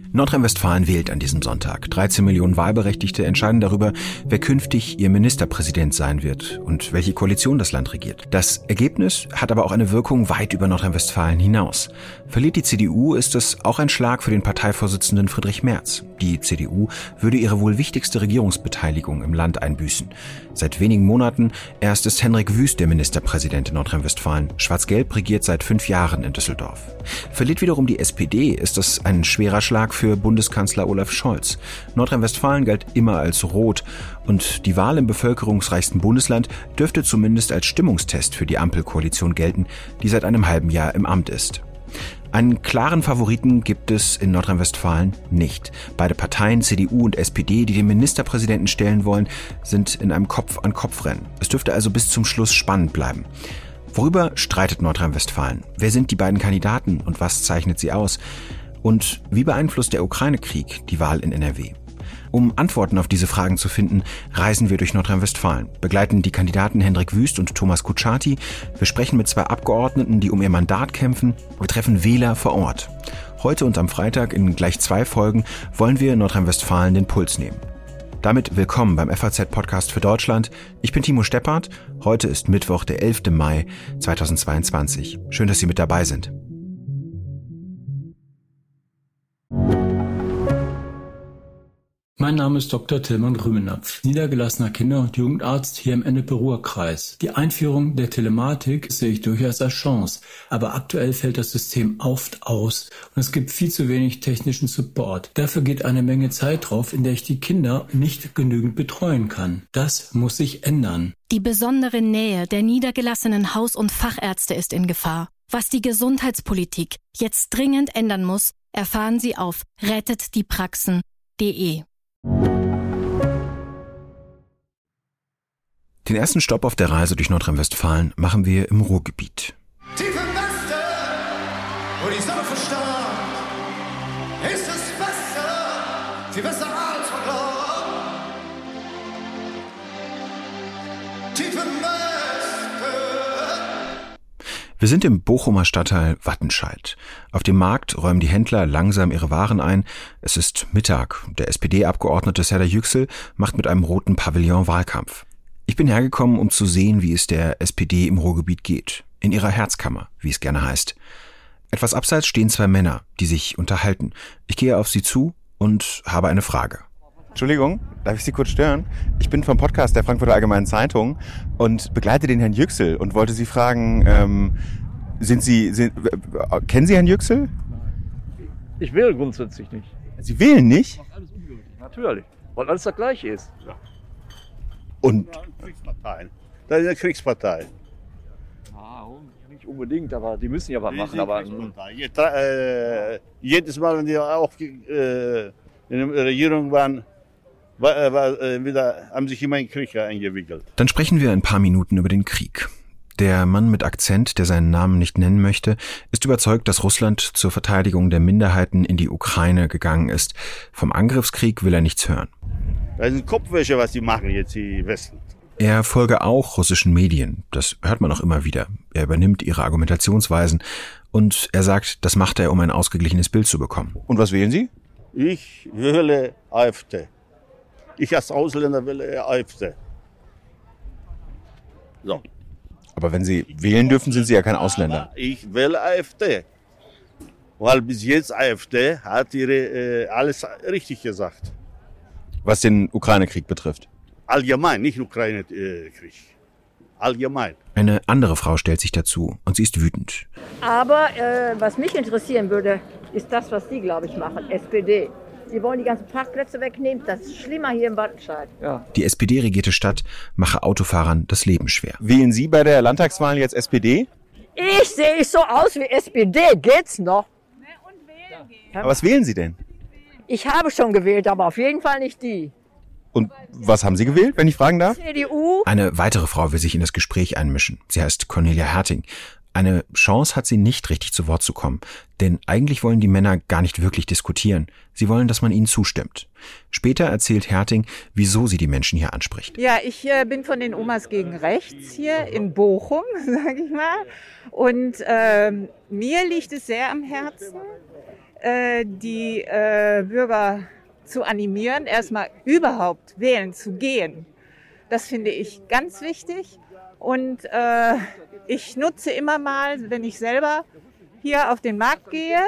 Nordrhein-Westfalen wählt an diesem Sonntag. 13 Millionen Wahlberechtigte entscheiden darüber, wer künftig ihr Ministerpräsident sein wird und welche Koalition das Land regiert. Das Ergebnis hat aber auch eine Wirkung weit über Nordrhein-Westfalen hinaus. Verliert die CDU, ist es auch ein Schlag für den Parteivorsitzenden Friedrich Merz. Die CDU würde ihre wohl wichtigste Regierungsbeteiligung im Land einbüßen. Seit wenigen Monaten erst ist Hendrik Wüst der Ministerpräsident in Nordrhein-Westfalen. Schwarz-Gelb regiert seit 5 Jahren in Düsseldorf. Verliert wiederum die SPD, ist das ein schwerer Schlag für Bundeskanzler Olaf Scholz. Nordrhein-Westfalen galt immer als rot und die Wahl im bevölkerungsreichsten Bundesland dürfte zumindest als Stimmungstest für die Ampelkoalition gelten, die seit einem halben Jahr im Amt ist. Einen klaren Favoriten gibt es in Nordrhein-Westfalen nicht. Beide Parteien, CDU und SPD, die den Ministerpräsidenten stellen wollen, sind in einem Kopf-an-Kopf-Rennen. Es dürfte also bis zum Schluss spannend bleiben. Worüber streitet Nordrhein-Westfalen? Wer sind die beiden Kandidaten und was zeichnet sie aus? Und wie beeinflusst der Ukraine-Krieg die Wahl in NRW? Um Antworten auf diese Fragen zu finden, reisen wir durch Nordrhein-Westfalen, begleiten die Kandidaten Hendrik Wüst und Thomas Kutschaty. Wir sprechen mit 2 Abgeordneten, die um ihr Mandat kämpfen. Wir treffen Wähler vor Ort. Heute und am Freitag in gleich 2 Folgen wollen wir Nordrhein-Westfalen den Puls nehmen. Damit willkommen beim FAZ-Podcast für Deutschland. Ich bin Timo Steppert. Heute ist Mittwoch, der 11. Mai 2022. Schön, dass Sie mit dabei sind. Mein Name ist Dr. Tillmann Grümenapf, niedergelassener Kinder- und Jugendarzt hier im Ennepe-Ruhr-Kreis. Die Einführung der Telematik sehe ich durchaus als Chance, aber aktuell fällt das System oft aus und es gibt viel zu wenig technischen Support. Dafür geht eine Menge Zeit drauf, in der ich die Kinder nicht genügend betreuen kann. Das muss sich ändern. Die besondere Nähe der niedergelassenen Haus- und Fachärzte ist in Gefahr. Was die Gesundheitspolitik jetzt dringend ändern muss, erfahren Sie auf rettetdiepraxen.de. Den ersten Stopp auf der Reise durch Nordrhein-Westfalen machen wir im Ruhrgebiet. Tief im Westen, wo die Sonne verstarrt, ist es besser, viel besser als verglaubt. Tief im Westen. Wir sind im Bochumer Stadtteil Wattenscheid. Auf dem Markt räumen die Händler langsam ihre Waren ein. Es ist Mittag. Der SPD-Abgeordnete Serdar Yüksel macht mit einem roten Pavillon Wahlkampf. Ich bin hergekommen, um zu sehen, wie es der SPD im Ruhrgebiet geht. In ihrer Herzkammer, wie es gerne heißt. Etwas abseits stehen 2 Männer, die sich unterhalten. Ich gehe auf sie zu und habe eine Frage. Entschuldigung, darf ich Sie kurz stören? Ich bin vom Podcast der Frankfurter Allgemeinen Zeitung und begleite den Herrn Yüksel und wollte Sie fragen, kennen Sie Herrn Yüksel? Ich wähle grundsätzlich nicht. Sie wählen nicht? Macht alles ungültig. Natürlich, weil alles das Gleiche ist. Ja. Und Kriegsparteien. Das ist eine Kriegspartei. Nicht unbedingt, aber die müssen ja was machen. Aber jedes Mal, wenn die auch in der Regierung waren, haben sich immer in Krieg eingewickelt. Dann sprechen wir ein paar Minuten über den Krieg. Der Mann mit Akzent, der seinen Namen nicht nennen möchte, ist überzeugt, dass Russland zur Verteidigung der Minderheiten in die Ukraine gegangen ist. Vom Angriffskrieg will er nichts hören. Das ist Kopfwäsche, was die machen jetzt die Westen. Er folge auch russischen Medien. Das hört man auch immer wieder. Er übernimmt ihre Argumentationsweisen und er sagt, das macht er, um ein ausgeglichenes Bild zu bekommen. Und was wählen Sie? Ich wähle AfD. Ich als Ausländer wähle AfD. So. Aber wenn Sie wählen dürfen, sind Sie ja kein Ausländer. Ich wähle AfD. Weil bis jetzt AfD hat alles richtig gesagt. Was den Ukraine-Krieg betrifft. Allgemein, nicht Ukraine-Krieg. Allgemein. Eine andere Frau stellt sich dazu und sie ist wütend. Aber was mich interessieren würde, ist das, was Sie, glaube ich, machen, SPD. Sie wollen die ganzen Parkplätze wegnehmen. Das ist schlimmer hier in Wattenscheid. ja. Die SPD-regierte Stadt mache Autofahrern das Leben schwer. Wählen Sie bei der Landtagswahl jetzt SPD? Ich sehe so aus wie SPD. Geht's noch? Aber was wählen Sie denn? Ich habe schon gewählt, aber auf jeden Fall nicht die. Und was haben Sie gewählt, wenn ich fragen darf? CDU. Eine weitere Frau will sich in das Gespräch einmischen. Sie heißt Cornelia Herting. Eine Chance hat sie nicht, richtig zu Wort zu kommen. Denn eigentlich wollen die Männer gar nicht wirklich diskutieren. Sie wollen, dass man ihnen zustimmt. Später erzählt Herting, wieso sie die Menschen hier anspricht. Ja, ich bin von den Omas gegen Rechts hier in Bochum, sage ich mal. Und mir liegt es sehr am Herzen, die Bürger zu animieren, erstmal überhaupt wählen zu gehen. Das finde ich ganz wichtig. Und ich nutze immer mal, wenn ich selber hier auf den Markt gehe,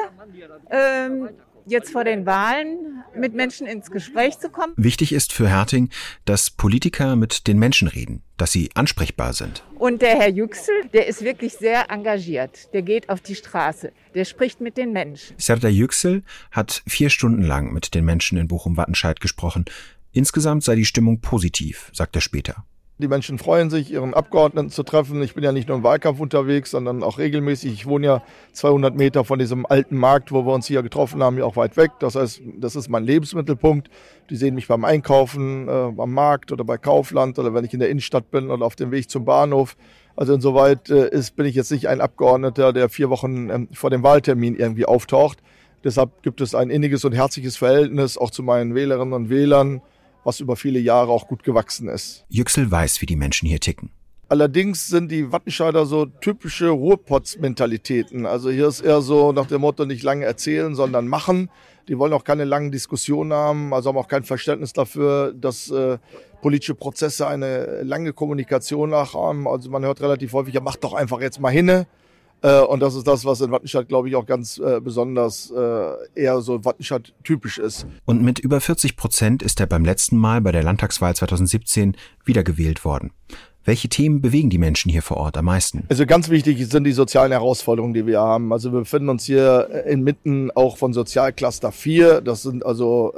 jetzt vor den Wahlen mit Menschen ins Gespräch zu kommen. Wichtig ist für Herting, dass Politiker mit den Menschen reden, dass sie ansprechbar sind. Und der Herr Yüksel, der ist wirklich sehr engagiert. Der geht auf die Straße, der spricht mit den Menschen. Serdar Yüksel hat 4 Stunden lang mit den Menschen in Bochum-Wattenscheid gesprochen. Insgesamt sei die Stimmung positiv, sagt er später. Die Menschen freuen sich, ihren Abgeordneten zu treffen. Ich bin ja nicht nur im Wahlkampf unterwegs, sondern auch regelmäßig. Ich wohne ja 200 Meter von diesem alten Markt, wo wir uns hier getroffen haben, ja auch weit weg. Das heißt, das ist mein Lebensmittelpunkt. Die sehen mich beim Einkaufen, am Markt oder bei Kaufland oder wenn ich in der Innenstadt bin oder auf dem Weg zum Bahnhof. Also insoweit bin ich jetzt nicht ein Abgeordneter, der 4 Wochen vor dem Wahltermin irgendwie auftaucht. Deshalb gibt es ein inniges und herzliches Verhältnis auch zu meinen Wählerinnen und Wählern, was über viele Jahre auch gut gewachsen ist. Yüksel weiß, wie die Menschen hier ticken. Allerdings sind die Wattenscheider so typische Ruhrpotz-Mentalitäten. Also hier ist eher so nach dem Motto nicht lange erzählen, sondern machen. Die wollen auch keine langen Diskussionen haben, also haben auch kein Verständnis dafür, dass politische Prozesse eine lange Kommunikation nachhaben. Also man hört relativ häufig, ja mach doch einfach jetzt mal hinne. Und das ist das, was in Wattenscheid, glaube ich, auch ganz besonders eher so Wattenscheid typisch ist. Und mit über 40% ist er beim letzten Mal bei der Landtagswahl 2017 wiedergewählt worden. Welche Themen bewegen die Menschen hier vor Ort am meisten? Also ganz wichtig sind die sozialen Herausforderungen, die wir haben. Also wir befinden uns hier inmitten auch von Sozialcluster 4. Das sind also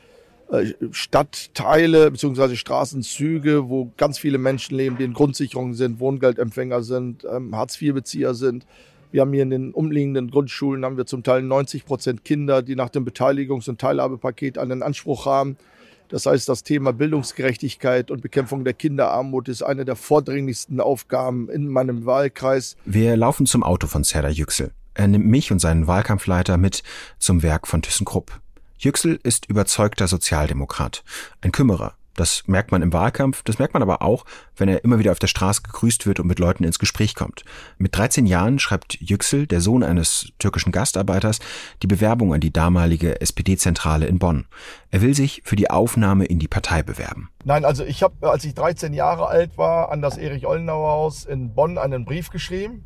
Stadtteile bzw. Straßenzüge, wo ganz viele Menschen leben, die in Grundsicherung sind, Wohngeldempfänger sind, Hartz-IV-Bezieher sind. Wir haben hier in den umliegenden Grundschulen haben wir zum Teil 90% Kinder, die nach dem Beteiligungs- und Teilhabepaket einen Anspruch haben. Das heißt, das Thema Bildungsgerechtigkeit und Bekämpfung der Kinderarmut ist eine der vordringlichsten Aufgaben in meinem Wahlkreis. Wir laufen zum Auto von Serdar Yüksel. Er nimmt mich und seinen Wahlkampfleiter mit zum Werk von ThyssenKrupp. Yüksel ist überzeugter Sozialdemokrat, ein Kümmerer. Das merkt man im Wahlkampf, das merkt man aber auch, wenn er immer wieder auf der Straße gegrüßt wird und mit Leuten ins Gespräch kommt. Mit 13 Jahren schreibt Yüksel, der Sohn eines türkischen Gastarbeiters, die Bewerbung an die damalige SPD-Zentrale in Bonn. Er will sich für die Aufnahme in die Partei bewerben. Nein, also ich habe, als ich 13 Jahre alt war, an das Erich-Ollenauer-Haus in Bonn einen Brief geschrieben,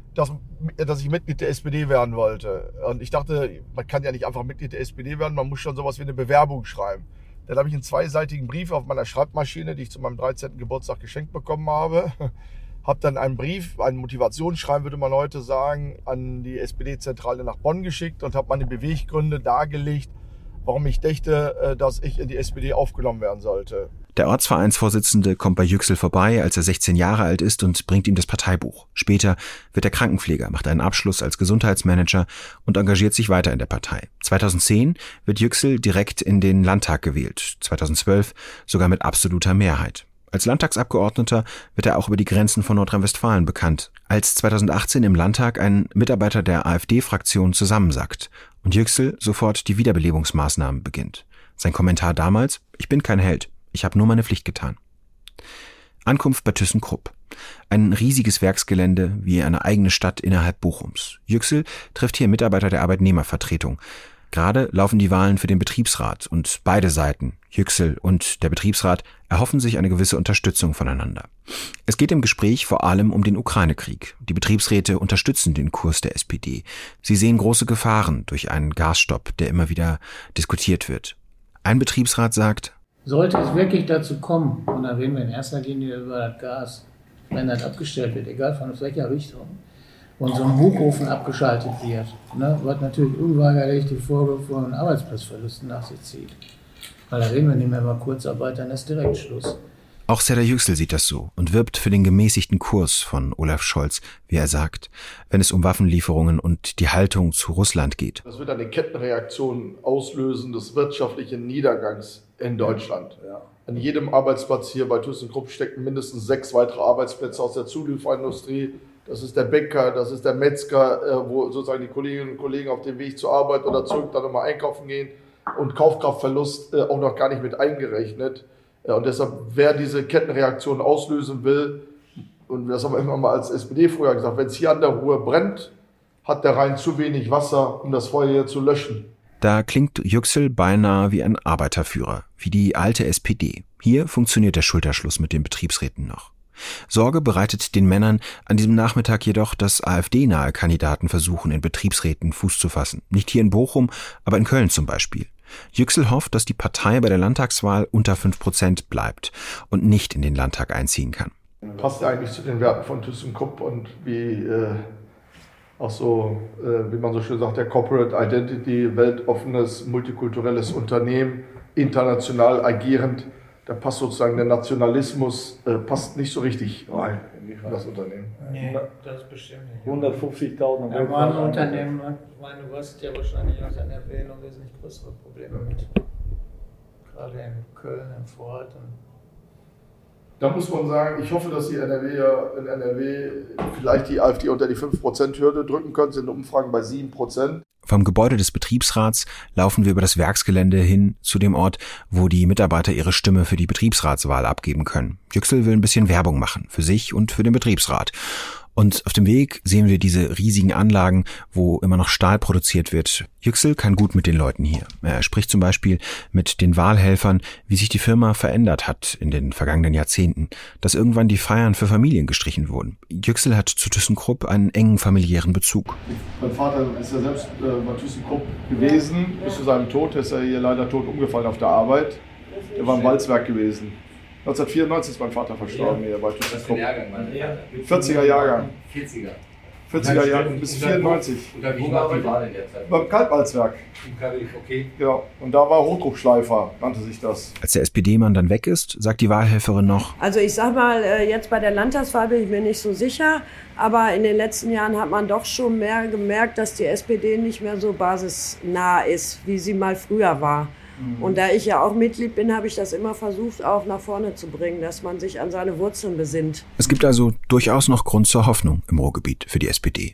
dass ich Mitglied der SPD werden wollte. Und ich dachte, man kann ja nicht einfach Mitglied der SPD werden, man muss schon sowas wie eine Bewerbung schreiben. Dann habe ich einen 2-seitigen Brief auf meiner Schreibmaschine, die ich zu meinem 13. Geburtstag geschenkt bekommen habe. Habe dann einen Brief, ein Motivationsschreiben, würde man heute sagen, an die SPD-Zentrale nach Bonn geschickt und habe meine Beweggründe dargelegt, warum ich dachte, dass ich in die SPD aufgenommen werden sollte. Der Ortsvereinsvorsitzende kommt bei Yüksel vorbei, als er 16 Jahre alt ist und bringt ihm das Parteibuch. Später wird er Krankenpfleger, macht einen Abschluss als Gesundheitsmanager und engagiert sich weiter in der Partei. 2010 wird Yüksel direkt in den Landtag gewählt, 2012 sogar mit absoluter Mehrheit. Als Landtagsabgeordneter wird er auch über die Grenzen von Nordrhein-Westfalen bekannt. Als 2018 im Landtag ein Mitarbeiter der AfD-Fraktion zusammensackt und Yüksel sofort die Wiederbelebungsmaßnahmen beginnt. Sein Kommentar damals: Ich bin kein Held. Ich habe nur meine Pflicht getan. Ankunft bei ThyssenKrupp. Ein riesiges Werksgelände wie eine eigene Stadt innerhalb Bochums. Yüksel trifft hier Mitarbeiter der Arbeitnehmervertretung. Gerade laufen die Wahlen für den Betriebsrat und beide Seiten, Yüksel und der Betriebsrat, erhoffen sich eine gewisse Unterstützung voneinander. Es geht im Gespräch vor allem um den Ukraine-Krieg. Die Betriebsräte unterstützen den Kurs der SPD. Sie sehen große Gefahren durch einen Gasstopp, der immer wieder diskutiert wird. Ein Betriebsrat sagt: Sollte es wirklich dazu kommen, und dann reden wir in erster Linie über das Gas, wenn das abgestellt wird, egal von welcher Richtung, und so ein Hochofen abgeschaltet wird, wird natürlich unweigerlich die Folge von Arbeitsplatzverlusten nach sich zieht. Weil da reden wir nicht mehr über Kurzarbeit, dann ist direkt Schluss. Auch Serdar Yüksel sieht das so und wirbt für den gemäßigten Kurs von Olaf Scholz, wie er sagt, wenn es um Waffenlieferungen und die Haltung zu Russland geht. Das wird eine Kettenreaktion auslösen des wirtschaftlichen Niedergangs in Deutschland. Ja. An jedem Arbeitsplatz hier bei ThyssenKrupp stecken mindestens 6 weitere Arbeitsplätze aus der Zulieferindustrie. Das ist der Bäcker, das ist der Metzger, wo sozusagen die Kolleginnen und Kollegen auf dem Weg zur Arbeit oder zurück dann nochmal einkaufen gehen und Kaufkraftverlust auch noch gar nicht mit eingerechnet. Und deshalb, wer diese Kettenreaktion auslösen will, und das haben wir immer mal als SPD früher gesagt, wenn es hier an der Ruhr brennt, hat der Rhein zu wenig Wasser, um das Feuer hier zu löschen. Da klingt Yüksel beinahe wie ein Arbeiterführer, wie die alte SPD. Hier funktioniert der Schulterschluss mit den Betriebsräten noch. Sorge bereitet den Männern an diesem Nachmittag jedoch, dass AfD-nahe Kandidaten versuchen, in Betriebsräten Fuß zu fassen. Nicht hier in Bochum, aber in Köln zum Beispiel. Yüksel hofft, dass die Partei bei der Landtagswahl unter 5% bleibt und nicht in den Landtag einziehen kann. Passt ja eigentlich zu den Werten von ThyssenKrupp und wie auch so, wie man so schön sagt, der Corporate Identity, weltoffenes, multikulturelles Unternehmen, international agierend. Da passt sozusagen der Nationalismus passt nicht so richtig rein in das Unternehmen. Nee, das ist bestimmt nicht. 150.000. Ja, mein Unternehmen, du hast ja wahrscheinlich aus NRW noch wesentlich größere Probleme mit. Gerade in Köln, in Vorort. Da muss man sagen, ich hoffe, dass die NRW vielleicht die AfD unter die 5%-Hürde drücken können, sind Umfragen bei 7%. Vom Gebäude des Betriebsrats laufen wir über das Werksgelände hin zu dem Ort, wo die Mitarbeiter ihre Stimme für die Betriebsratswahl abgeben können. Yüksel will ein bisschen Werbung machen, für sich und für den Betriebsrat. Und auf dem Weg sehen wir diese riesigen Anlagen, wo immer noch Stahl produziert wird. Yüksel kann gut mit den Leuten hier. Er spricht zum Beispiel mit den Wahlhelfern, wie sich die Firma verändert hat in den vergangenen Jahrzehnten, dass irgendwann die Feiern für Familien gestrichen wurden. Yüksel hat zu ThyssenKrupp einen engen familiären Bezug. Mein Vater ist ja selbst bei ThyssenKrupp gewesen, bis zu seinem Tod. Er ist ja hier leider tot umgefallen auf der Arbeit. Er war im Walzwerk gewesen. 1994 ist mein Vater verstorben hier bei ThyssenKrupp. 40er Jahrgang. 40er Jahrgang bis 94. Wo war die Wahl in der Zeit? Beim Kaltwalzwerk. Okay. Ja, und da war Hochdruckschleifer, nannte sich das. Als der SPD-Mann dann weg ist, sagt die Wahlhelferin noch: Also ich sag mal, jetzt bei der Landtagswahl bin ich mir nicht so sicher, aber in den letzten Jahren hat man doch schon mehr gemerkt, dass die SPD nicht mehr so basisnah ist, wie sie mal früher war. Und da ich ja auch Mitglied bin, habe ich das immer versucht, auch nach vorne zu bringen, dass man sich an seine Wurzeln besinnt. Es gibt also durchaus noch Grund zur Hoffnung im Ruhrgebiet für die SPD.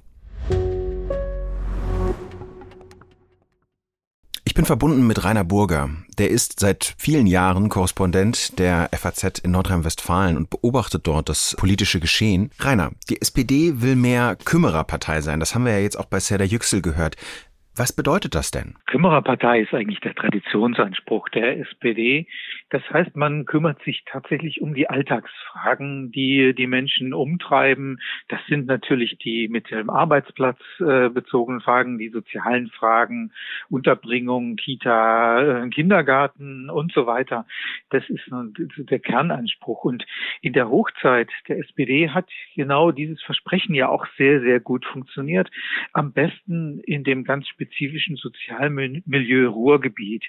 Ich bin verbunden mit Rainer Burger. Der ist seit vielen Jahren Korrespondent der FAZ in Nordrhein-Westfalen und beobachtet dort das politische Geschehen. Rainer, die SPD will mehr Kümmererpartei sein. Das haben wir ja jetzt auch bei Serdar Yüksel gehört. Was bedeutet das denn? Kümmererpartei ist eigentlich der Traditionsanspruch der SPD. Das heißt, man kümmert sich tatsächlich um die Alltagsfragen, die die Menschen umtreiben. Das sind natürlich die mit dem Arbeitsplatz bezogenen Fragen, die sozialen Fragen, Unterbringung, Kita, Kindergarten und so weiter. Das ist der Kernanspruch. Und in der Hochzeit der SPD hat genau dieses Versprechen ja auch sehr, sehr gut funktioniert. Am besten in dem ganz spezifischen Sozialmilieu Ruhrgebiet.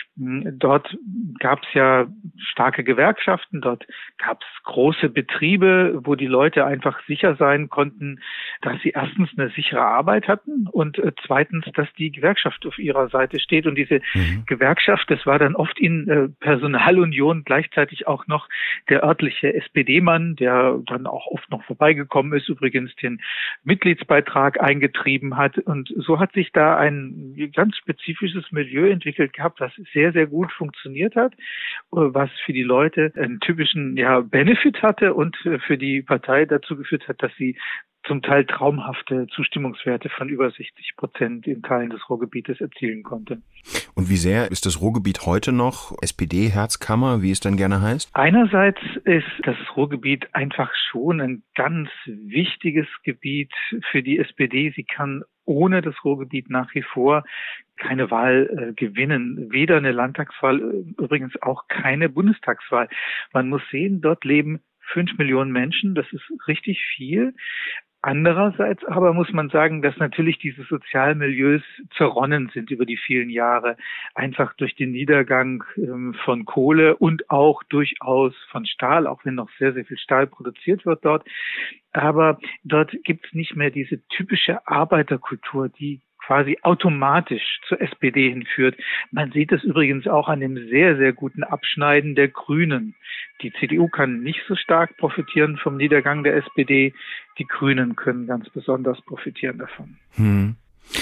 Dort gab es ja starke Gewerkschaften, dort gab es große Betriebe, wo die Leute einfach sicher sein konnten, dass sie erstens eine sichere Arbeit hatten und zweitens, dass die Gewerkschaft auf ihrer Seite steht. Und diese Gewerkschaft, das war dann oft in Personalunion gleichzeitig auch noch der örtliche SPD-Mann, der dann auch oft noch vorbeigekommen ist, übrigens den Mitgliedsbeitrag eingetrieben hat. Und so hat sich da ein ganz spezifisches Milieu entwickelt gehabt, was sehr, sehr gut funktioniert hat, was für die Leute einen typischen Benefit hatte und für die Partei dazu geführt hat, dass sie zum Teil traumhafte Zustimmungswerte von über 60% in Teilen des Ruhrgebietes erzielen konnte. Und wie sehr ist das Ruhrgebiet heute noch SPD-Herzkammer, wie es dann gerne heißt? Einerseits ist das Ruhrgebiet einfach schon ein ganz wichtiges Gebiet für die SPD. Sie kann ohne das Ruhrgebiet nach wie vor keine Wahl gewinnen. Weder eine Landtagswahl, übrigens auch keine Bundestagswahl. Man muss sehen, dort leben 5 Millionen Menschen. Das ist richtig viel. Andererseits aber muss man sagen, dass natürlich diese Sozialmilieus zerronnen sind über die vielen Jahre, einfach durch den Niedergang von Kohle und auch durchaus von Stahl, auch wenn noch sehr, sehr viel Stahl produziert wird dort. Aber dort gibt es nicht mehr diese typische Arbeiterkultur, die quasi automatisch zur SPD hinführt. Man sieht es übrigens auch an dem sehr, sehr guten Abschneiden der Grünen. Die CDU kann nicht so stark profitieren vom Niedergang der SPD. Die Grünen können ganz besonders profitieren davon.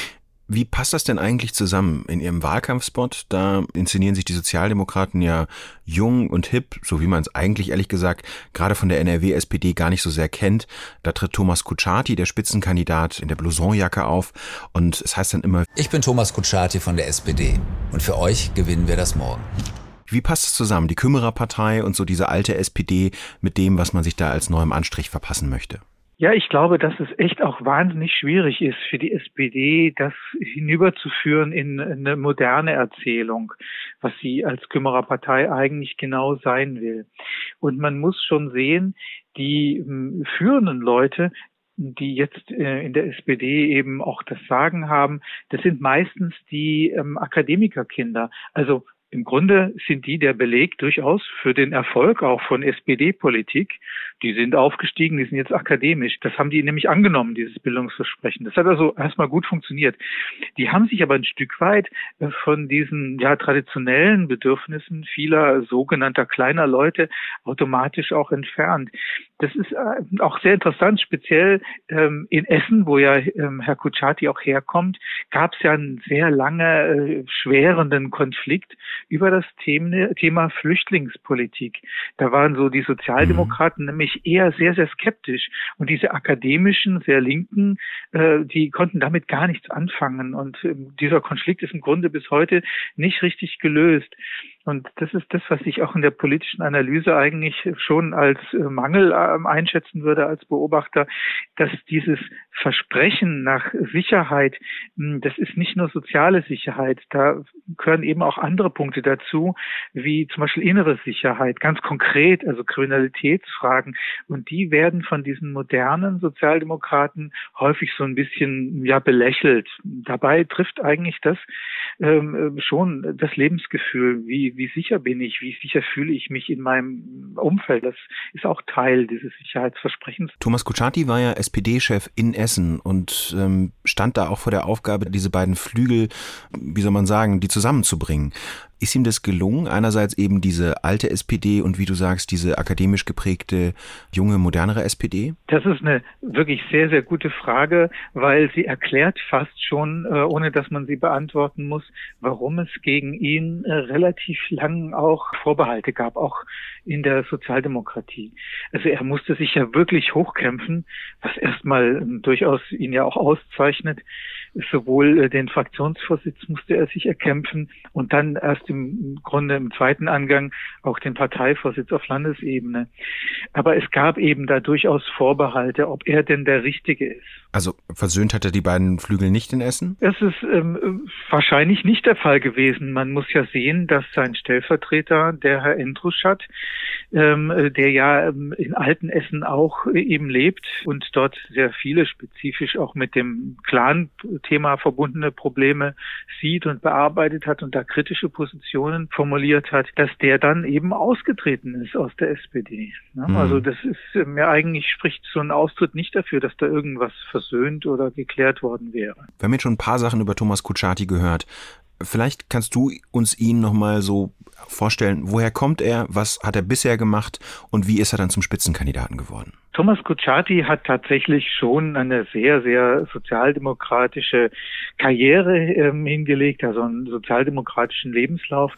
Wie passt das denn eigentlich zusammen? In Ihrem Wahlkampfspot, da inszenieren sich die Sozialdemokraten ja jung und hip, so wie man es eigentlich ehrlich gesagt gerade von der NRW-SPD gar nicht so sehr kennt. Da tritt Thomas Kutschaty, der Spitzenkandidat, in der Blousonjacke auf und es heißt dann immer: Ich bin Thomas Kutschaty von der SPD und für euch gewinnen wir das morgen. Wie passt es zusammen, die Kümmererpartei und so diese alte SPD mit dem, was man sich da als neuem Anstrich verpassen möchte? Ja, ich glaube, dass es echt auch wahnsinnig schwierig ist für die SPD, das hinüberzuführen in eine moderne Erzählung, was sie als Kümmererpartei eigentlich genau sein will. Und man muss schon sehen, die führenden Leute, die jetzt in der SPD eben auch das Sagen haben, das sind meistens die Akademikerkinder. Also im Grunde sind die der Beleg durchaus für den Erfolg auch von SPD-Politik. Die sind aufgestiegen, die sind jetzt akademisch. Das haben die nämlich angenommen, dieses Bildungsversprechen. Das hat also erstmal gut funktioniert. Die haben sich aber ein Stück weit von diesen traditionellen Bedürfnissen vieler sogenannter kleiner Leute automatisch auch entfernt. Das ist auch sehr interessant, speziell in Essen, wo ja Herr Kutschaty auch herkommt, gab es ja einen sehr lange schwerenden Konflikt über das Thema Flüchtlingspolitik. Da waren so die Sozialdemokraten nämlich eher sehr, sehr skeptisch. Und diese akademischen, sehr Linken, die konnten damit gar nichts anfangen. Und dieser Konflikt ist im Grunde bis heute nicht richtig gelöst. Und das ist das, was ich auch in der politischen Analyse eigentlich schon als Mangel einschätzen würde als Beobachter, dass dieses Versprechen nach Sicherheit, das ist nicht nur soziale Sicherheit, da gehören eben auch andere Punkte dazu, wie zum Beispiel innere Sicherheit, ganz konkret, also Kriminalitätsfragen. Und die werden von diesen modernen Sozialdemokraten häufig so ein bisschen belächelt. Dabei trifft eigentlich das schon das Lebensgefühl, wie sicher bin ich, wie sicher fühle ich mich in meinem Umfeld. Das ist auch Teil dieses Sicherheitsversprechens. Thomas Kutschaty war ja SPD-Chef in Essen und stand da auch vor der Aufgabe, diese beiden Flügel, wie soll man sagen, die zusammenzubringen. Ist ihm das gelungen? Einerseits eben diese alte SPD und wie du sagst, diese akademisch geprägte, junge, modernere SPD? Das ist eine wirklich sehr, sehr gute Frage, weil sie erklärt fast schon, ohne dass man sie beantworten muss, warum es gegen ihn relativ lang auch Vorbehalte gab, auch in der Sozialdemokratie. Also er musste sich ja wirklich hochkämpfen, was erstmal durchaus ihn ja auch auszeichnet. Sowohl den Fraktionsvorsitz musste er sich erkämpfen und dann erst im Grunde im zweiten Angang auch den Parteivorsitz auf Landesebene. Aber es gab eben da durchaus Vorbehalte, ob er denn der Richtige ist. Also versöhnt hat er die beiden Flügel nicht in Essen? Es ist wahrscheinlich nicht der Fall gewesen. Man muss ja sehen, dass sein Stellvertreter, der Herr Endruschat, der ja in Altenessen auch eben lebt und dort sehr viele spezifisch auch mit dem Clan-Thema verbundene Probleme sieht und bearbeitet hat und da kritische Positionen formuliert hat, dass der dann eben ausgetreten ist aus der SPD. Ja, also das ist mir eigentlich, spricht so ein Austritt nicht dafür, dass da irgendwas versöhnt oder geklärt worden wäre. Wir haben jetzt schon ein paar Sachen über Thomas Kutschaty gehört. Vielleicht kannst du uns ihn nochmal so vorstellen, woher kommt er, was hat er bisher gemacht und wie ist er dann zum Spitzenkandidaten geworden? Thomas Kutschaty hat tatsächlich schon eine sehr, sehr sozialdemokratische Karriere hingelegt, also einen sozialdemokratischen Lebenslauf.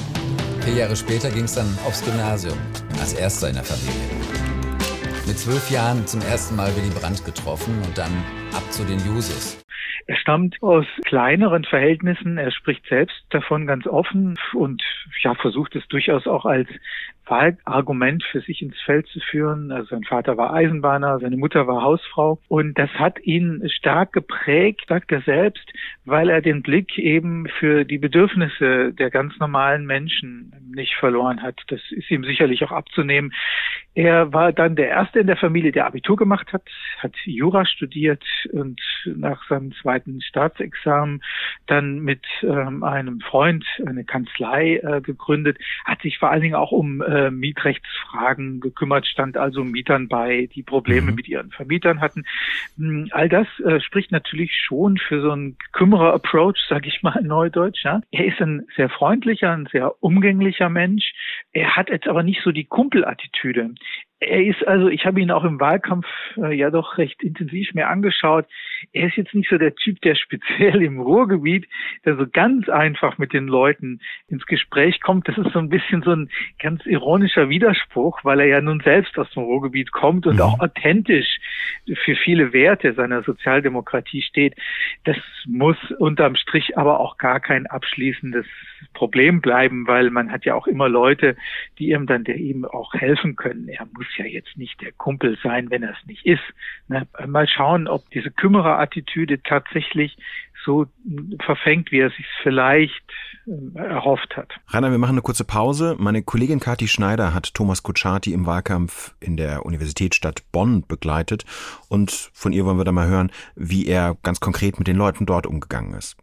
4 Jahre später ging es dann aufs Gymnasium, als erster in der Familie. Mit 12 Jahren zum ersten Mal Willy Brandt getroffen und dann ab zu den Jusos. Er stammt aus kleineren Verhältnissen, er spricht selbst davon ganz offen und versucht es durchaus auch als Wahlargument für sich ins Feld zu führen. Also sein Vater war Eisenbahner, seine Mutter war Hausfrau und das hat ihn stark geprägt, sagt er selbst, weil er den Blick eben für die Bedürfnisse der ganz normalen Menschen nicht verloren hat. Das ist ihm sicherlich auch abzunehmen. Er war dann der Erste in der Familie, der Abitur gemacht hat Jura studiert und nach seinem zweiten Staatsexamen dann mit einem Freund eine Kanzlei gegründet, hat sich vor allen Dingen auch um Mietrechtsfragen gekümmert, stand also Mietern bei, die Probleme mit ihren Vermietern hatten. All das spricht natürlich schon für so einen Kümmerer-Approach, sage ich mal in Neudeutsch. Ja. Er ist ein sehr freundlicher, ein sehr umgänglicher Mensch. Er hat jetzt aber nicht so die Kumpelattitüde. Ich habe ihn auch im Wahlkampf ja doch recht intensiv mir angeschaut. Er ist jetzt nicht so der Typ, der speziell im Ruhrgebiet, der so ganz einfach mit den Leuten ins Gespräch kommt. Das ist so ein bisschen so ein ganz ironischer Widerspruch, weil er ja nun selbst aus dem Ruhrgebiet kommt und auch authentisch für viele Werte seiner Sozialdemokratie steht. Das muss unterm Strich aber auch gar kein abschließendes Problem bleiben, weil man hat ja auch immer Leute, die ihm auch helfen können. Er muss ja jetzt nicht der Kumpel sein, wenn er es nicht ist. Ne? Mal schauen, ob diese Kümmererattitüde tatsächlich so verfängt, wie er sich vielleicht erhofft hat. Rainer, wir machen eine kurze Pause. Meine Kollegin Kathi Schneider hat Thomas Kutschaty im Wahlkampf in der Universitätsstadt Bonn begleitet und von ihr wollen wir dann mal hören, wie er ganz konkret mit den Leuten dort umgegangen ist.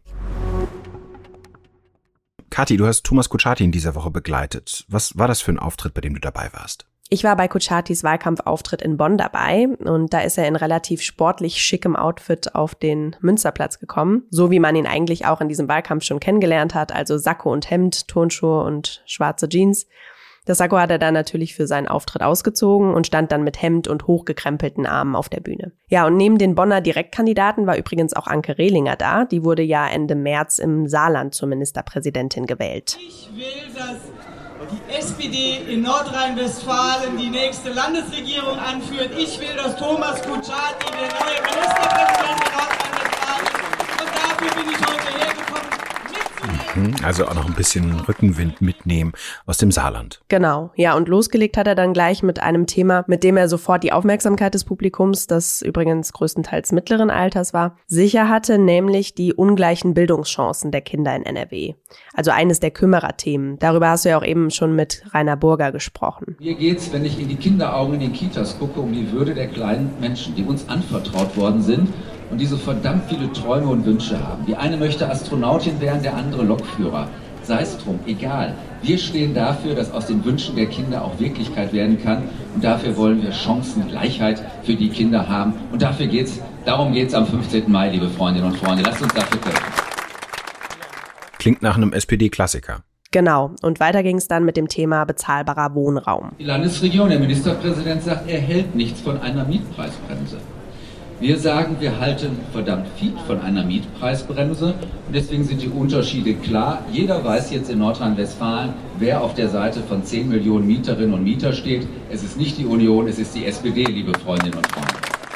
Kathi, du hast Thomas Kutschaty in dieser Woche begleitet. Was war das für ein Auftritt, bei dem du dabei warst? Ich war bei Kutschatys Wahlkampfauftritt in Bonn dabei und da ist er in relativ sportlich schickem Outfit auf den Münsterplatz gekommen, so wie man ihn eigentlich auch in diesem Wahlkampf schon kennengelernt hat, also Sakko und Hemd, Turnschuhe und schwarze Jeans. Das Sakko hat er dann natürlich für seinen Auftritt ausgezogen und stand dann mit Hemd und hochgekrempelten Armen auf der Bühne. Ja, und neben den Bonner Direktkandidaten war übrigens auch Anke Rehlinger da. Die wurde ja Ende März im Saarland zur Ministerpräsidentin gewählt. Ich will, dass die SPD in Nordrhein-Westfalen die nächste Landesregierung anführt. Ich will, dass Thomas Kutschaty der neue Ministerpräsident in Nordrhein-Westfalen ist. Und dafür bin ich heute hergekommen. Also auch noch ein bisschen Rückenwind mitnehmen aus dem Saarland. Genau, ja, und losgelegt hat er dann gleich mit einem Thema, mit dem er sofort die Aufmerksamkeit des Publikums, das übrigens größtenteils mittleren Alters war, sicher hatte, nämlich die ungleichen Bildungschancen der Kinder in NRW. Also eines der Kümmererthemen. Darüber hast du ja auch eben schon mit Rainer Burger gesprochen. Mir geht's, wenn ich in die Kinderaugen in den Kitas gucke, um die Würde der kleinen Menschen, die uns anvertraut worden sind und die so verdammt viele Träume und Wünsche haben. Die eine möchte Astronautin werden, der andere Lokführer. Sei es drum, egal. Wir stehen dafür, dass aus den Wünschen der Kinder auch Wirklichkeit werden kann. Und dafür wollen wir Chancengleichheit für die Kinder haben. Und darum geht's am 15. Mai, liebe Freundinnen und Freunde. Lasst uns dafür kämpfen. Klingt nach einem SPD-Klassiker. Genau. Und weiter ging es dann mit dem Thema bezahlbarer Wohnraum. Die Landesregierung, der Ministerpräsident sagt, er hält nichts von einer Mietpreisbremse. Wir sagen, wir halten verdammt viel von einer Mietpreisbremse und deswegen sind die Unterschiede klar. Jeder weiß jetzt in Nordrhein-Westfalen, wer auf der Seite von 10 Millionen Mieterinnen und Mieter steht. Es ist nicht die Union, es ist die SPD, liebe Freundinnen und Freunde.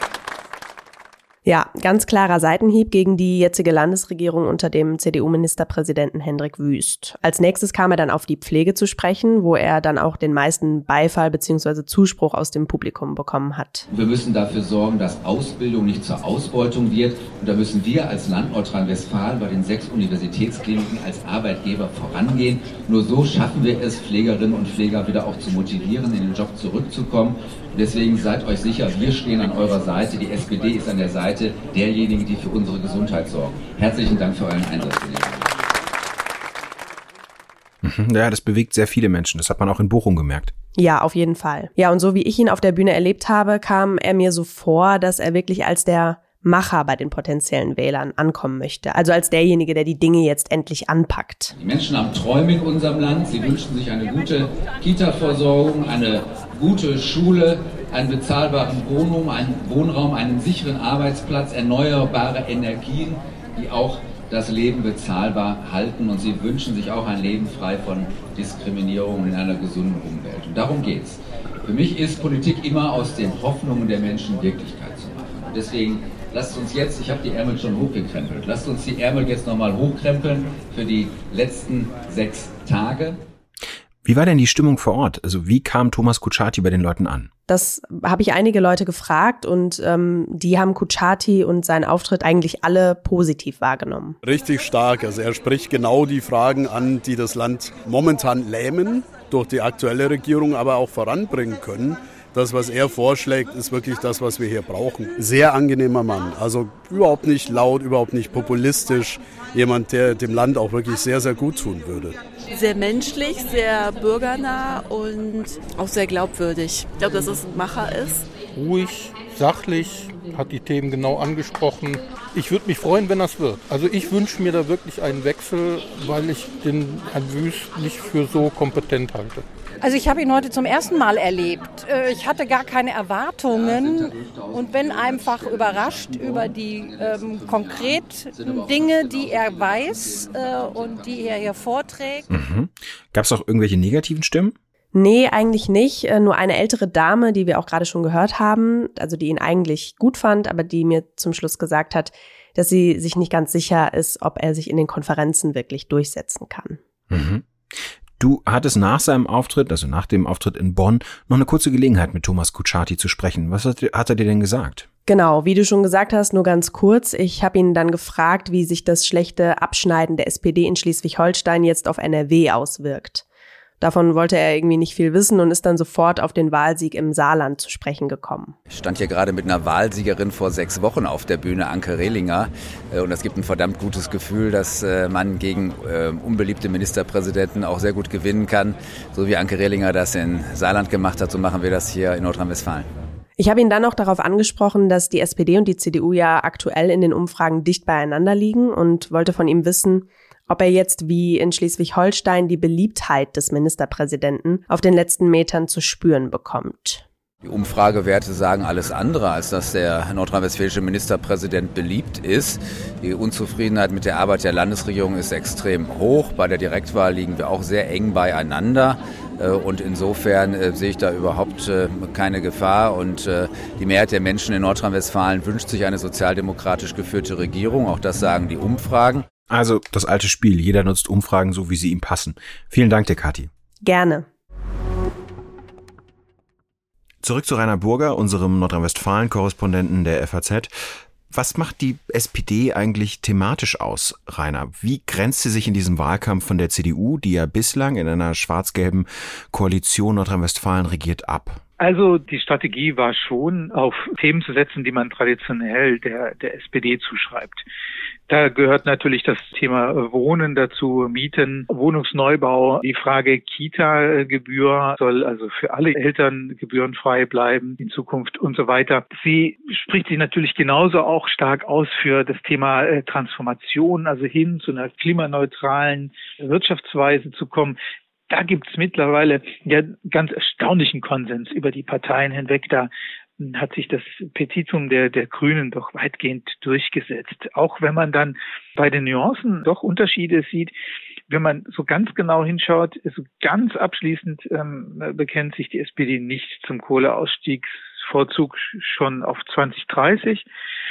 Ja, ganz klarer Seitenhieb gegen die jetzige Landesregierung unter dem CDU-Ministerpräsidenten Hendrik Wüst. Als nächstes kam er dann auf die Pflege zu sprechen, wo er dann auch den meisten Beifall bzw. Zuspruch aus dem Publikum bekommen hat. Wir müssen dafür sorgen, dass Ausbildung nicht zur Ausbeutung wird. Und da müssen wir als Land Nordrhein-Westfalen bei den 6 Universitätskliniken als Arbeitgeber vorangehen. Nur so schaffen wir es, Pflegerinnen und Pfleger wieder auch zu motivieren, in den Job zurückzukommen. Deswegen seid euch sicher, wir stehen an eurer Seite. Die SPD ist an der Seite derjenigen, die für unsere Gesundheit sorgen. Herzlichen Dank für euren Einsatz. Ja, das bewegt sehr viele Menschen. Das hat man auch in Bochum gemerkt. Ja, auf jeden Fall. Ja, und so wie ich ihn auf der Bühne erlebt habe, kam er mir so vor, dass er wirklich als der Macher bei den potenziellen Wählern ankommen möchte. Also als derjenige, der die Dinge jetzt endlich anpackt. Die Menschen haben Träume in unserem Land. Sie wünschen sich eine gute Kita-Versorgung, eine gute Schule, einen bezahlbaren Wohnraum, einen sicheren Arbeitsplatz, erneuerbare Energien, die auch das Leben bezahlbar halten. Und sie wünschen sich auch ein Leben frei von Diskriminierung in einer gesunden Umwelt. Und darum geht's. Für mich ist Politik immer aus den Hoffnungen der Menschen Wirklichkeit zu machen. Und deswegen lasst uns jetzt, ich habe die Ärmel schon hochgekrempelt, lasst uns die Ärmel jetzt nochmal hochkrempeln für die letzten 6 Tage. Wie war denn die Stimmung vor Ort? Also wie kam Thomas Kutschaty bei den Leuten an? Das habe ich einige Leute gefragt und die haben Kutschaty und seinen Auftritt eigentlich alle positiv wahrgenommen. Richtig stark. Also er spricht genau die Fragen an, die das Land momentan lähmen, durch die aktuelle Regierung aber auch voranbringen können. Das, was er vorschlägt, ist wirklich das, was wir hier brauchen. Sehr angenehmer Mann, also überhaupt nicht laut, überhaupt nicht populistisch. Jemand, der dem Land auch wirklich sehr, sehr gut tun würde. Sehr menschlich, sehr bürgernah und auch sehr glaubwürdig. Ich glaube, dass es ein Macher ist. Ruhig, sachlich, hat die Themen genau angesprochen. Ich würde mich freuen, wenn das wird. Also ich wünsche mir da wirklich einen Wechsel, weil ich den Herrn Wüst nicht für so kompetent halte. Also ich habe ihn heute zum ersten Mal erlebt. Ich hatte gar keine Erwartungen und bin einfach überrascht über die konkreten Dinge, die er weiß und die er hier vorträgt. Mhm. Gab es auch irgendwelche negativen Stimmen? Nee, eigentlich nicht. Nur eine ältere Dame, die wir auch gerade schon gehört haben, also die ihn eigentlich gut fand, aber die mir zum Schluss gesagt hat, dass sie sich nicht ganz sicher ist, ob er sich in den Konferenzen wirklich durchsetzen kann. Mhm. Du hattest nach seinem Auftritt, also nach dem Auftritt in Bonn, noch eine kurze Gelegenheit mit Thomas Kutschaty zu sprechen. Was hat er dir denn gesagt? Genau, wie du schon gesagt hast, nur ganz kurz. Ich habe ihn dann gefragt, wie sich das schlechte Abschneiden der SPD in Schleswig-Holstein jetzt auf NRW auswirkt. Davon wollte er irgendwie nicht viel wissen und ist dann sofort auf den Wahlsieg im Saarland zu sprechen gekommen. Ich stand hier gerade mit einer Wahlsiegerin vor 6 Wochen auf der Bühne, Anke Rehlinger. Und es gibt ein verdammt gutes Gefühl, dass man gegen unbeliebte Ministerpräsidenten auch sehr gut gewinnen kann. So wie Anke Rehlinger das in Saarland gemacht hat, so machen wir das hier in Nordrhein-Westfalen. Ich habe ihn dann noch darauf angesprochen, dass die SPD und die CDU ja aktuell in den Umfragen dicht beieinander liegen und wollte von ihm wissen, ob er jetzt wie in Schleswig-Holstein die Beliebtheit des Ministerpräsidenten auf den letzten Metern zu spüren bekommt. Die Umfragewerte sagen alles andere, als dass der nordrhein-westfälische Ministerpräsident beliebt ist. Die Unzufriedenheit mit der Arbeit der Landesregierung ist extrem hoch. Bei der Direktwahl liegen wir auch sehr eng beieinander. Und insofern sehe ich da überhaupt keine Gefahr. Und die Mehrheit der Menschen in Nordrhein-Westfalen wünscht sich eine sozialdemokratisch geführte Regierung. Auch das sagen die Umfragen. Also das alte Spiel. Jeder nutzt Umfragen so, wie sie ihm passen. Vielen Dank dir, Kathi. Gerne. Zurück zu Rainer Burger, unserem Nordrhein-Westfalen-Korrespondenten der FAZ. Was macht die SPD eigentlich thematisch aus, Rainer? Wie grenzt sie sich in diesem Wahlkampf von der CDU, die ja bislang in einer schwarz-gelben Koalition Nordrhein-Westfalen regiert, ab? Also die Strategie war schon, auf Themen zu setzen, die man traditionell der SPD zuschreibt. Da gehört natürlich das Thema Wohnen dazu, Mieten, Wohnungsneubau. Die Frage Kita-Gebühr soll also für alle Eltern gebührenfrei bleiben in Zukunft und so weiter. Sie spricht sich natürlich genauso auch stark aus für das Thema Transformation, also hin zu einer klimaneutralen Wirtschaftsweise zu kommen. Da gibt's mittlerweile ja ganz erstaunlichen Konsens über die Parteien hinweg. Da hat sich das Petitum der Grünen doch weitgehend durchgesetzt. Auch wenn man dann bei den Nuancen doch Unterschiede sieht, wenn man so ganz genau hinschaut, so ganz abschließend bekennt sich die SPD nicht zum Kohleausstiegsvorzug schon auf 2030.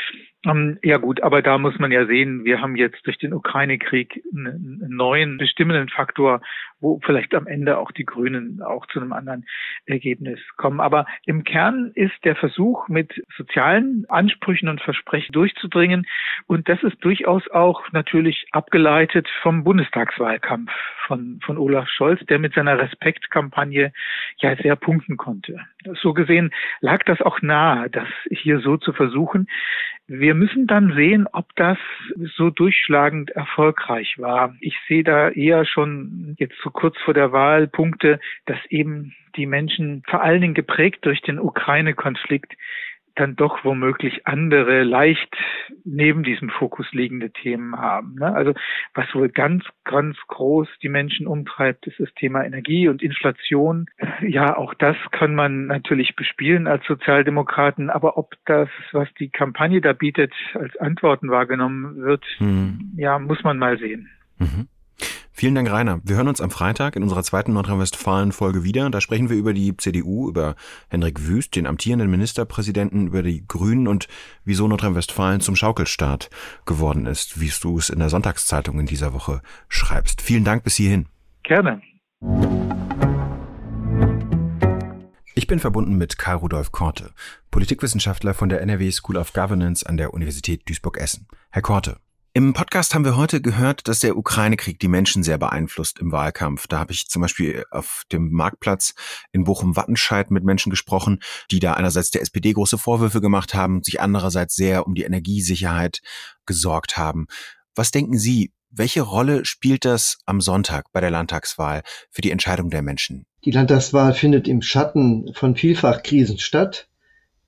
Ja gut, aber da muss man ja sehen, wir haben jetzt durch den Ukraine-Krieg einen neuen bestimmenden Faktor, wo vielleicht am Ende auch die Grünen auch zu einem anderen Ergebnis kommen. Aber im Kern ist der Versuch, mit sozialen Ansprüchen und Versprechen durchzudringen. Und das ist durchaus auch natürlich abgeleitet vom Bundestagswahlkampf von Olaf Scholz, der mit seiner Respektkampagne ja sehr punkten konnte. So gesehen lag das auch nahe, das hier so zu versuchen. Wir müssen dann sehen, ob das so durchschlagend erfolgreich war. Ich sehe da eher schon jetzt so kurz vor der Wahl Punkte, dass eben die Menschen vor allen Dingen geprägt durch den Ukraine-Konflikt dann doch womöglich andere, leicht neben diesem Fokus liegende Themen haben. Also was wohl ganz, ganz groß die Menschen umtreibt, ist das Thema Energie und Inflation. Ja, auch das kann man natürlich bespielen als Sozialdemokraten, aber ob das, was die Kampagne da bietet, als Antworten wahrgenommen wird, ja, muss man mal sehen. Mhm. Vielen Dank, Rainer. Wir hören uns am Freitag in unserer zweiten Nordrhein-Westfalen-Folge wieder. Da sprechen wir über die CDU, über Hendrik Wüst, den amtierenden Ministerpräsidenten, über die Grünen und wieso Nordrhein-Westfalen zum Schaukelstaat geworden ist, wie du es in der Sonntagszeitung in dieser Woche schreibst. Vielen Dank bis hierhin. Gerne. Ich bin verbunden mit Karl Rudolf Korte, Politikwissenschaftler von der NRW School of Governance an der Universität Duisburg-Essen. Herr Korte, im Podcast haben wir heute gehört, dass der Ukraine-Krieg die Menschen sehr beeinflusst im Wahlkampf. Da habe ich zum Beispiel auf dem Marktplatz in Bochum-Wattenscheid mit Menschen gesprochen, die da einerseits der SPD große Vorwürfe gemacht haben, sich andererseits sehr um die Energiesicherheit gesorgt haben. Was denken Sie, welche Rolle spielt das am Sonntag bei der Landtagswahl für die Entscheidung der Menschen? Die Landtagswahl findet im Schatten von Vielfachkrisen statt.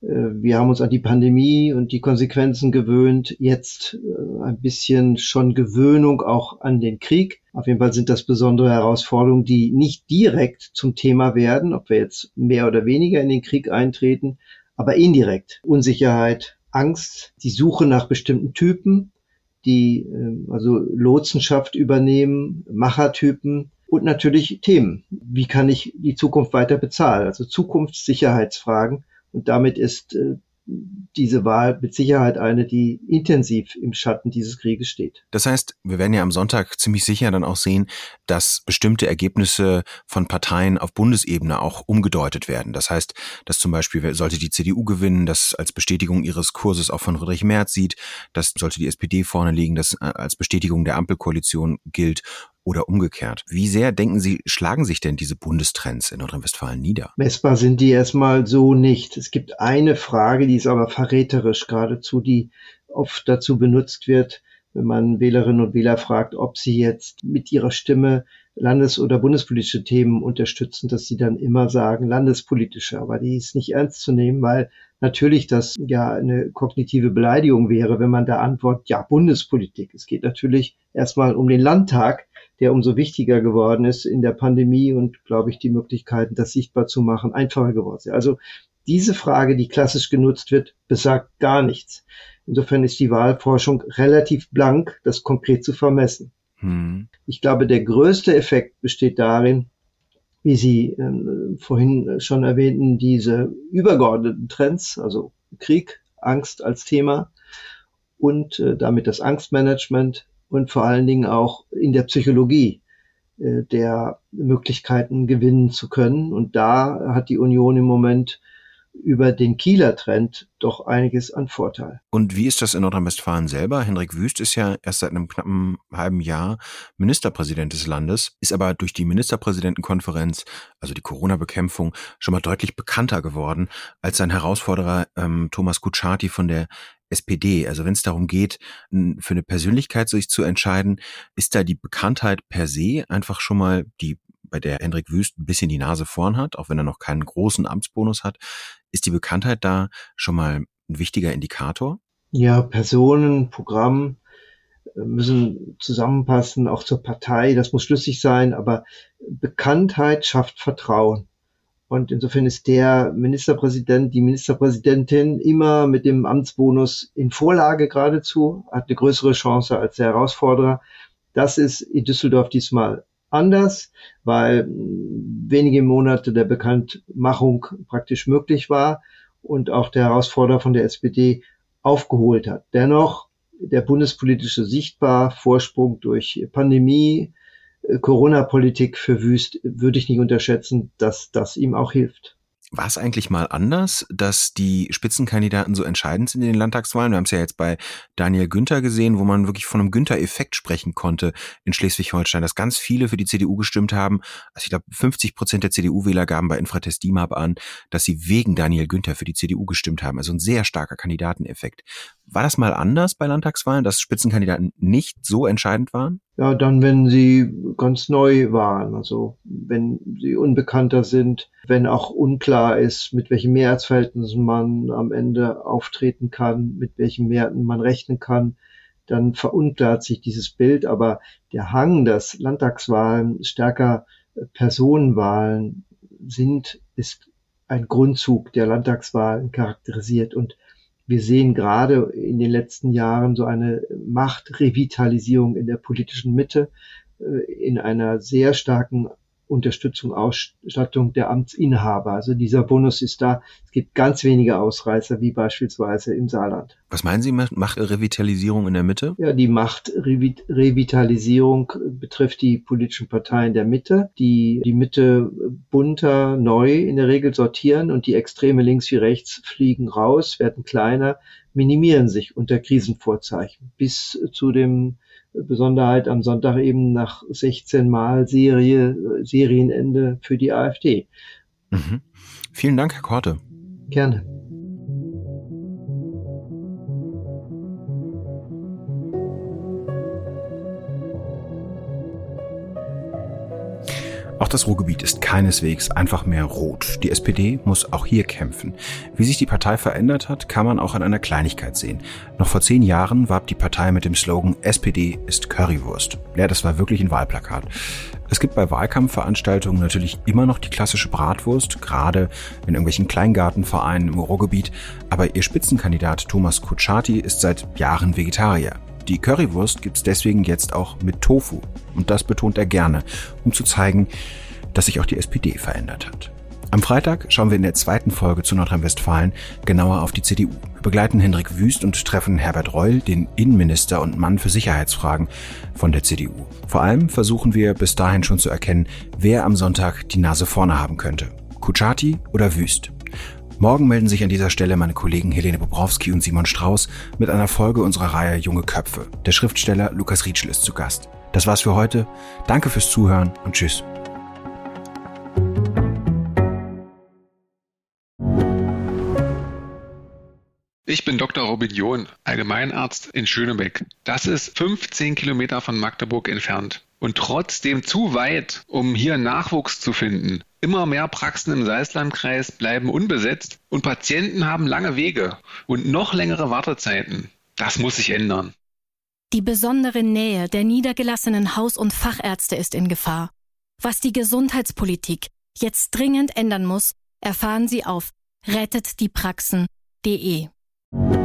Wir haben uns an die Pandemie und die Konsequenzen gewöhnt. Jetzt ein bisschen schon Gewöhnung auch an den Krieg. Auf jeden Fall sind das besondere Herausforderungen, die nicht direkt zum Thema werden, ob wir jetzt mehr oder weniger in den Krieg eintreten, aber indirekt. Unsicherheit, Angst, die Suche nach bestimmten Typen, die also Lotsenschaft übernehmen, Machertypen und natürlich Themen. Wie kann ich die Zukunft weiter bezahlen? Also Zukunftssicherheitsfragen. Und damit ist diese Wahl mit Sicherheit eine, die intensiv im Schatten dieses Krieges steht. Das heißt, wir werden ja am Sonntag ziemlich sicher dann auch sehen, dass bestimmte Ergebnisse von Parteien auf Bundesebene auch umgedeutet werden. Das heißt, dass zum Beispiel, sollte die CDU gewinnen, das als Bestätigung ihres Kurses auch von Friedrich Merz sieht, das sollte die SPD vorne liegen, das als Bestätigung der Ampelkoalition gilt. Oder umgekehrt. Wie sehr, denken Sie, schlagen sich denn diese Bundestrends in Nordrhein-Westfalen nieder? Messbar sind die erstmal so nicht. Es gibt eine Frage, die ist aber verräterisch geradezu, die oft dazu benutzt wird, wenn man Wählerinnen und Wähler fragt, ob sie jetzt mit ihrer Stimme landes- oder bundespolitische Themen unterstützen, dass sie dann immer sagen, landespolitische. Aber die ist nicht ernst zu nehmen, weil natürlich das ja eine kognitive Beleidigung wäre, wenn man da antwortet, ja, Bundespolitik. Es geht natürlich erstmal um den Landtag, der umso wichtiger geworden ist in der Pandemie und, glaube ich, die Möglichkeiten, das sichtbar zu machen, einfacher geworden sind. Also diese Frage, die klassisch genutzt wird, besagt gar nichts. Insofern ist die Wahlforschung relativ blank, das konkret zu vermessen. Ich glaube, der größte Effekt besteht darin, wie Sie vorhin schon erwähnten, diese übergeordneten Trends, also Krieg, Angst als Thema und damit das Angstmanagement und vor allen Dingen auch in der Psychologie der Möglichkeiten gewinnen zu können. Und da hat die Union im Moment über den Kieler Trend doch einiges an Vorteil. Und wie ist das in Nordrhein-Westfalen selber? Henrik Wüst ist ja erst seit einem knappen halben Jahr Ministerpräsident des Landes, ist aber durch die Ministerpräsidentenkonferenz, also die Corona-Bekämpfung, schon mal deutlich bekannter geworden als sein Herausforderer Thomas Kutschaty von der SPD. Also wenn es darum geht, für eine Persönlichkeit sich zu entscheiden, ist da die Bekanntheit per se einfach schon mal die, bei der Henrik Wüst ein bisschen die Nase vorn hat, auch wenn er noch keinen großen Amtsbonus hat. Ist die Bekanntheit da schon mal ein wichtiger Indikator? Ja, Personen, Programm müssen zusammenpassen, auch zur Partei, das muss schlüssig sein, aber Bekanntheit schafft Vertrauen. Und insofern ist der Ministerpräsident, die Ministerpräsidentin immer mit dem Amtsbonus in Vorlage geradezu, hat eine größere Chance als der Herausforderer. Das ist in Düsseldorf diesmal anders, weil wenige Monate der Bekanntmachung praktisch möglich war und auch der Herausforderer von der SPD aufgeholt hat. Dennoch der bundespolitische sichtbar Vorsprung durch Pandemie, Corona-Politik für Wüst würde ich nicht unterschätzen, dass das ihm auch hilft. War es eigentlich mal anders, dass die Spitzenkandidaten so entscheidend sind in den Landtagswahlen? Wir haben es ja jetzt bei Daniel Günther gesehen, wo man wirklich von einem Günther-Effekt sprechen konnte in Schleswig-Holstein, dass ganz viele für die CDU gestimmt haben. Also ich glaube, 50% der CDU-Wähler gaben bei Infratest DIMAP an, dass sie wegen Daniel Günther für die CDU gestimmt haben. Also ein sehr starker Kandidateneffekt. War das mal anders bei Landtagswahlen, dass Spitzenkandidaten nicht so entscheidend waren? Ja, dann, wenn sie ganz neu waren, also wenn sie unbekannter sind, wenn auch unklar ist, mit welchen Mehrheitsverhältnissen man am Ende auftreten kann, mit welchen Mehrheiten man rechnen kann, dann verunklart sich dieses Bild. Aber der Hang, dass Landtagswahlen stärker Personenwahlen sind, ist ein Grundzug der Landtagswahlen charakterisiert. Und wir sehen gerade in den letzten Jahren so eine Machtrevitalisierung in der politischen Mitte, in einer sehr starken Unterstützung, Ausstattung der Amtsinhaber. Also dieser Bonus ist da. Es gibt ganz wenige Ausreißer, wie beispielsweise im Saarland. Was meinen Sie mit Machtrevitalisierung in der Mitte? Ja, die Machtrevitalisierung betrifft die politischen Parteien der Mitte, die die Mitte bunter, neu in der Regel sortieren und die Extreme links wie rechts fliegen raus, werden kleiner, minimieren sich unter Krisenvorzeichen bis zu dem Besonderheit am Sonntag eben nach 16 Mal Serienende für die AfD. Mhm. Vielen Dank, Herr Korte. Gerne. Auch das Ruhrgebiet ist keineswegs einfach mehr rot. Die SPD muss auch hier kämpfen. Wie sich die Partei verändert hat, kann man auch an einer Kleinigkeit sehen. Noch vor 10 Jahren warb die Partei mit dem Slogan SPD ist Currywurst. Ja, das war wirklich ein Wahlplakat. Es gibt bei Wahlkampfveranstaltungen natürlich immer noch die klassische Bratwurst, gerade in irgendwelchen Kleingartenvereinen im Ruhrgebiet. Aber ihr Spitzenkandidat Thomas Kutschaty ist seit Jahren Vegetarier. Die Currywurst gibt's deswegen jetzt auch mit Tofu. Und das betont er gerne, um zu zeigen, dass sich auch die SPD verändert hat. Am Freitag schauen wir in der 2. Folge zu Nordrhein-Westfalen genauer auf die CDU. Wir begleiten Hendrik Wüst und treffen Herbert Reul, den Innenminister und Mann für Sicherheitsfragen von der CDU. Vor allem versuchen wir bis dahin schon zu erkennen, wer am Sonntag die Nase vorne haben könnte. Kutschaty oder Wüst? Morgen melden sich an dieser Stelle meine Kollegen Helene Bobrowski und Simon Strauß mit einer Folge unserer Reihe Junge Köpfe. Der Schriftsteller Lukas Rietschel ist zu Gast. Das war's für heute. Danke fürs Zuhören und tschüss. Ich bin Dr. Robin John, Allgemeinarzt in Schönebeck. Das ist 15 Kilometer von Magdeburg entfernt. Und trotzdem zu weit, um hier Nachwuchs zu finden. Immer mehr Praxen im Salzlandkreis bleiben unbesetzt und Patienten haben lange Wege und noch längere Wartezeiten. Das muss sich ändern. Die besondere Nähe der niedergelassenen Haus- und Fachärzte ist in Gefahr. Was die Gesundheitspolitik jetzt dringend ändern muss, erfahren Sie auf rettetdiepraxen.de.